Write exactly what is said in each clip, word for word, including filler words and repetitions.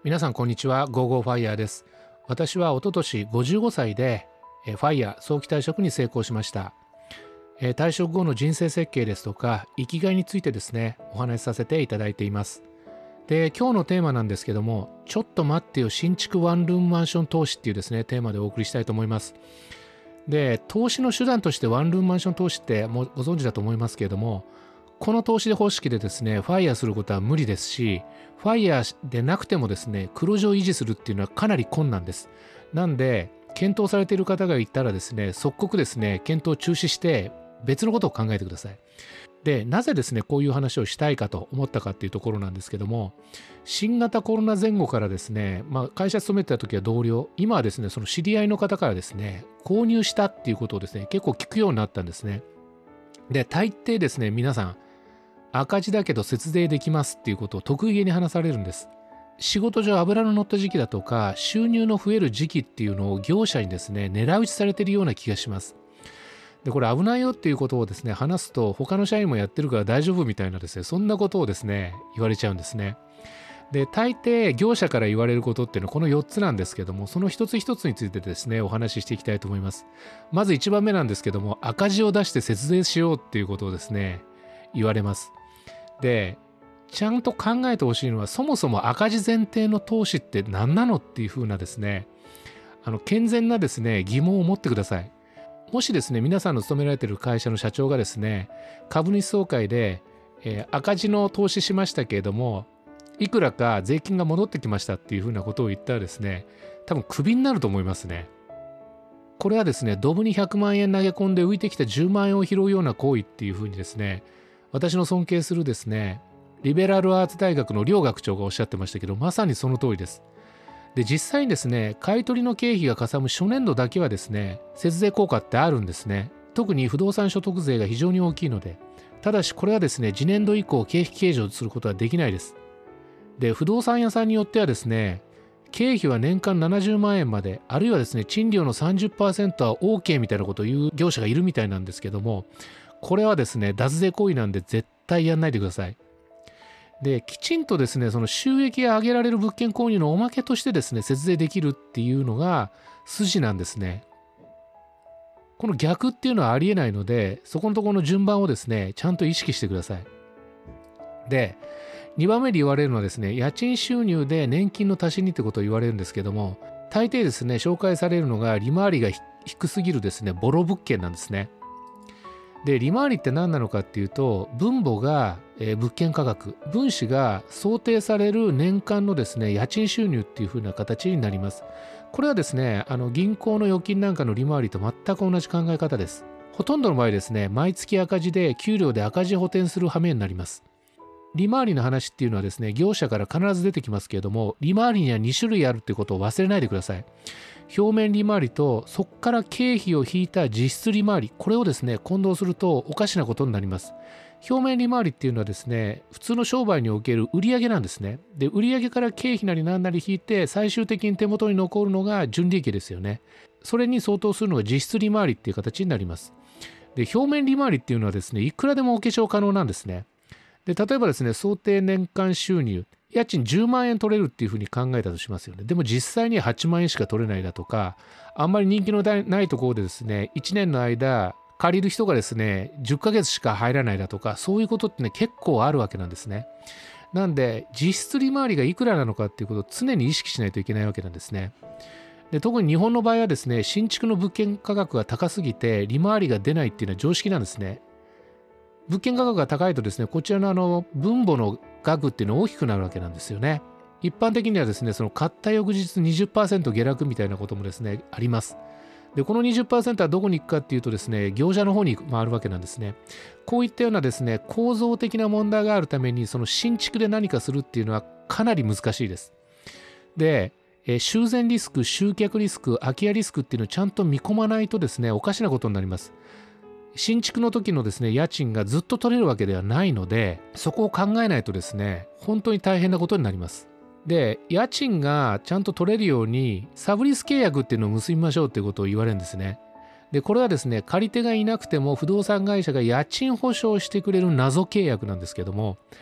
皆さんこんにちは。ゴーゴーファイヤーです。私は一昨年ごじゅうごさいでファイヤー早期退職に成功しました。退職後の人生設計ですとか生きがいについてですね、お話しさせていただいています。で、今日のテーマなんですけども、ちょっと待ってよ新築ワンルームマンション投資っていうですねテーマでお送りしたいと思います。で、投資の手段としてワンルームマンション投資ってもうご存知だと思いますけれども、この投資方式でですねファイヤーすることは無理ですし、ファイヤーでなくてもですね黒字を維持するっていうのはかなり困難です。なんで検討されている方がいたらですね、即刻ですね検討を中止して別のことを考えてください。で、なぜですねこういう話をしたいかと思ったかっていうところなんですけども、新型コロナ前後からですね、まあ、会社勤めてた時は同僚、今はですねその知り合いの方からですね購入したっていうことをですね結構聞くようになったんですね。で、大抵ですね皆さん赤字だけど節税できますっていうことを得意げに話されるんです。仕事上油の乗った時期だとか収入の増える時期っていうのを業者にですね狙い撃ちされているような気がします。で、これ危ないよっていうことをですね話すと、他の社員もやってるから大丈夫みたいなですね、そんなことをですね言われちゃうんですね。で、大抵業者から言われることっていうのはこのよっつなんですけども、その一つ一つについてですねお話ししていきたいと思います。まずいちばんめなんですけども、赤字を出して節税しようっていうことをですね言われます。で、ちゃんと考えてほしいのは、そもそも赤字前提の投資って何なのっていうふうなですね、あの健全なですね疑問を持ってください。もしですね皆さんの勤められている会社の社長がですね株主総会で、えー、赤字の投資しましたけれどもいくらか税金が戻ってきましたっていうふうなことを言ったらですね、多分クビになると思いますね。これはですねドブにひゃくまんえん投げ込んで浮いてきたじゅうまんえんを拾うような行為っていうふうにですね、私の尊敬するですねリベラルアーツ大学の両学長がおっしゃってましたけど、まさにその通りです。で、実際にですね買取の経費がかさむ初年度だけはですね節税効果ってあるんですね。特に不動産所得税が非常に大きいので。ただしこれはですね次年度以降経費計上することはできないです。で、不動産屋さんによってはですね経費は年間ななじゅうまんえんまで、あるいはですね賃料の さんじゅっパーセント は OK みたいなことを言う業者がいるみたいなんですけども、これはですね脱税行為なんで絶対やんないでください。で、きちんとですねその収益が上げられる物件購入のおまけとしてですね節税できるっていうのが筋なんですね。この逆っていうのはありえないので、そこのところの順番をですねちゃんと意識してください。で、にばんめで言われるのはですね、家賃収入で年金の足しにってことを言われるんですけども、大抵ですね紹介されるのが利回りが低すぎるですねボロ物件なんですね。で、利回りって何なのかっていうと、分母が、えー、物件価格、分子が想定される年間のですね家賃収入っていう風な形になります。これはですねあの銀行の預金なんかの利回りと全く同じ考え方です。ほとんどの場合ですね毎月赤字で給料で赤字補填する羽目になります。利回りの話っていうのはですね業者から必ず出てきますけれども、利回りにはに種類あるってことを忘れないでください。表面利回りとそこから経費を引いた実質利回り、これをですね混同するとおかしなことになります。表面利回りっていうのはですね普通の商売における売上なんですね。で、売上から経費なり何なり引いて最終的に手元に残るのが純利益ですよね。それに相当するのが実質利回りっていう形になります。で、表面利回りっていうのはですねいくらでもお化粧可能なんですね。で、例えばですね想定年間収入家賃じゅうまんえん取れるっていうふうに考えたとしますよね。でも実際にははちまんえんしか取れないだとか、あんまり人気のないところでですねいちねんの間借りる人がですねじゅっかげつしか入らないだとか、そういうことってね結構あるわけなんですね。なんで実質利回りがいくらなのかっていうことを常に意識しないといけないわけなんですね。で、特に日本の場合はですね新築の物件価格が高すぎて利回りが出ないっていうのは常識なんですね。物件価格が高いとですねこちらのあの分母の額っていうのは大きくなるわけなんですよね。一般的にはですねその買った翌日 にじゅっパーセント 下落みたいなこともですねあります。で、この にじゅっパーセント はどこに行くかっていうとですね業者の方に回るわけなんですね。こういったようなですね構造的な問題があるために、その新築で何かするっていうのはかなり難しいです。で、えー修繕リスク、集客リスク、空き家リスクっていうのをちゃんと見込まないとですねおかしなことになります。新築の時のですね家賃がずっと取れるわけではないので、そこを考えないとですね本当に大変なことになります。で、家賃がちゃんと取れるようにサブリス契約っていうのを結びましょうっていうことを言われるんですね。で、これはですね借り手がいなくても不動産会社が家賃保証してくれる謎契約なんですけども、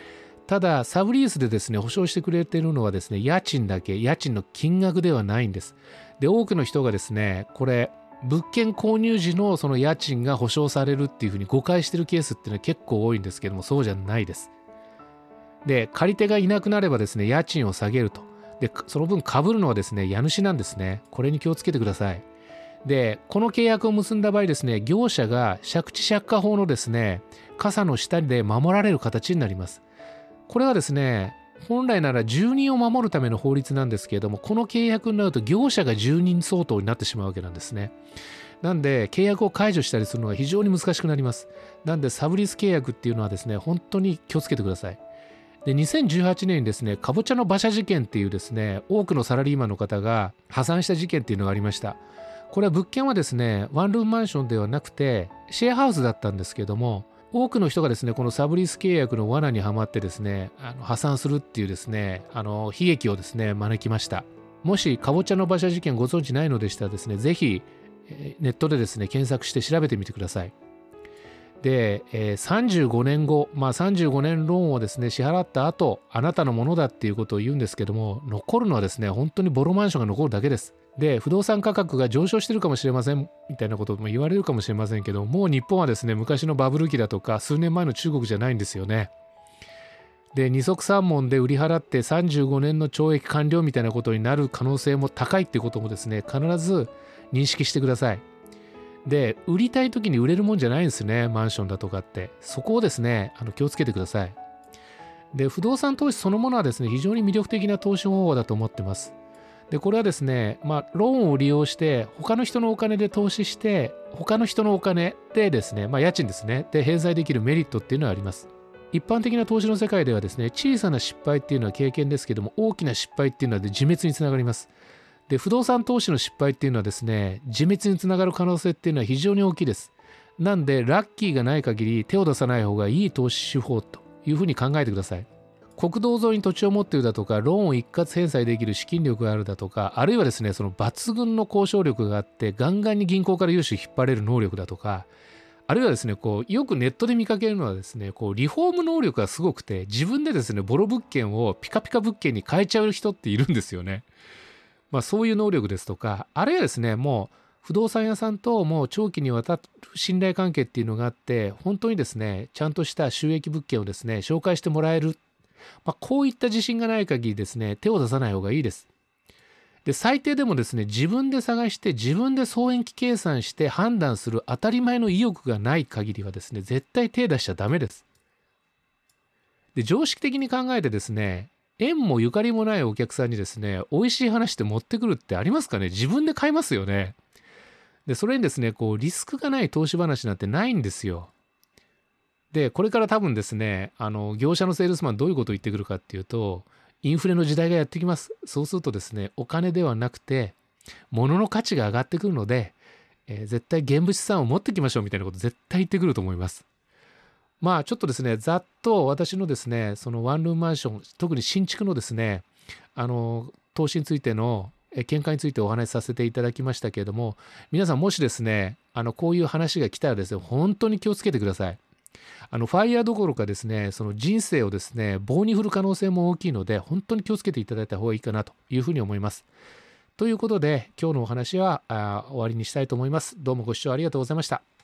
ただサブリースでですね保証してくれているのはですね家賃だけ、家賃の金額ではないんです。で多くの人がですねこれ物件購入時のその家賃が保証されるっていうふうに誤解してるケースっていうのは結構多いんですけども、そうじゃないです。で借り手がいなくなればですね家賃を下げると。でその分被るのはですね家主なんですね。これに気をつけてください。でこの契約を結んだ場合ですね、業者が借地借家法のですね傘の下で守られる形になります。これはですね本来なら住人を守るための法律なんですけれども、この契約になると業者が住人相当になってしまうわけなんですね。なんで契約を解除したりするのが非常に難しくなります。なんでサブリース契約っていうのはですね本当に気をつけてください。でにせんじゅうはちねんにですねかぼちゃの馬車事件っていうですね多くのサラリーマンの方が破産した事件っていうのがありました。これは物件はですねワンルームマンションではなくてシェアハウスだったんですけども、多くの人がですねこのサブリース契約の罠にはまってですねあの破産するっていうですねあの悲劇をですね招きました。もしかぼちゃの馬車事件ご存知ないのでしたらですねぜひネットでですね検索して調べてみてください。で、えー、さんじゅうごねんご、まあさんじゅうごねんローンをですね支払った後あなたのものだっていうことを言うんですけども、残るのはですね本当にボロマンションが残るだけです。で不動産価格が上昇してるかもしれませんみたいなことも言われるかもしれませんけど、もう日本はですね昔のバブル期だとか数年前の中国じゃないんですよね。で二足三門で売り払ってさんじゅうごねんの懲役完了みたいなことになる可能性も高いっていうこともですね必ず認識してください。で売りたい時に売れるもんじゃないんですね、マンションだとかって。そこをですねあの気をつけてください。で不動産投資そのものはですね非常に魅力的な投資方法だと思ってます。でこれはですねまあローンを利用して他の人のお金で投資して他の人のお金でですねまあ家賃ですねで返済できるメリットっていうのはあります。一般的な投資の世界ではですね小さな失敗っていうのは経験ですけども、大きな失敗っていうのはで自滅につながります。で不動産投資の失敗っていうのはですね自滅につながる可能性っていうのは非常に大きいです。なんでラッキーがない限り手を出さない方がいい投資手法というふうに考えてください。国道沿いに土地を持っているだとか、ローンを一括返済できる資金力があるだとか、あるいはですねその抜群の交渉力があってガンガンに銀行から融資を引っ張れる能力だとか、あるいはですねこうよくネットで見かけるのはですねこうリフォーム能力がすごくて自分でですねボロ物件をピカピカ物件に変えちゃう人っているんですよね。まあそういう能力ですとか、あるいはですねもう不動産屋さんともう長期にわたる信頼関係っていうのがあって、本当にですねちゃんとした収益物件をですね紹介してもらえる、まあ、こういった自信がない限りですね手を出さない方がいいです。で最低でもですね自分で探して自分で総延期計算して判断する当たり前の意欲がない限りはですね絶対手出しちゃダメです。で常識的に考えてですね縁もゆかりもないお客さんにですね美味しい話って持ってくるってありますかね。自分で買いますよね。でそれにですねこうリスクがない投資話なんてないんですよ。でこれから多分ですねあの業者のセールスマンどういうことを言ってくるかっていうと、インフレの時代がやってきます。そうするとですねお金ではなくて物の価値が上がってくるので、えー絶対現物資産を持ってきましょうみたいなこと絶対言ってくると思います。まあちょっとですねざっと私のですねそのワンルームマンション、特に新築のですねあの投資についてのえ見解についてお話しさせていただきましたけれども、皆さんもしですねあのこういう話が来たらですね本当に気をつけてください。あのファイヤーどころかですねその人生をですね棒に振る可能性も大きいので、本当に気をつけていただいた方がいいかなというふうに思います。ということで今日のお話はあ終わりにしたいと思います。どうもご視聴ありがとうございました。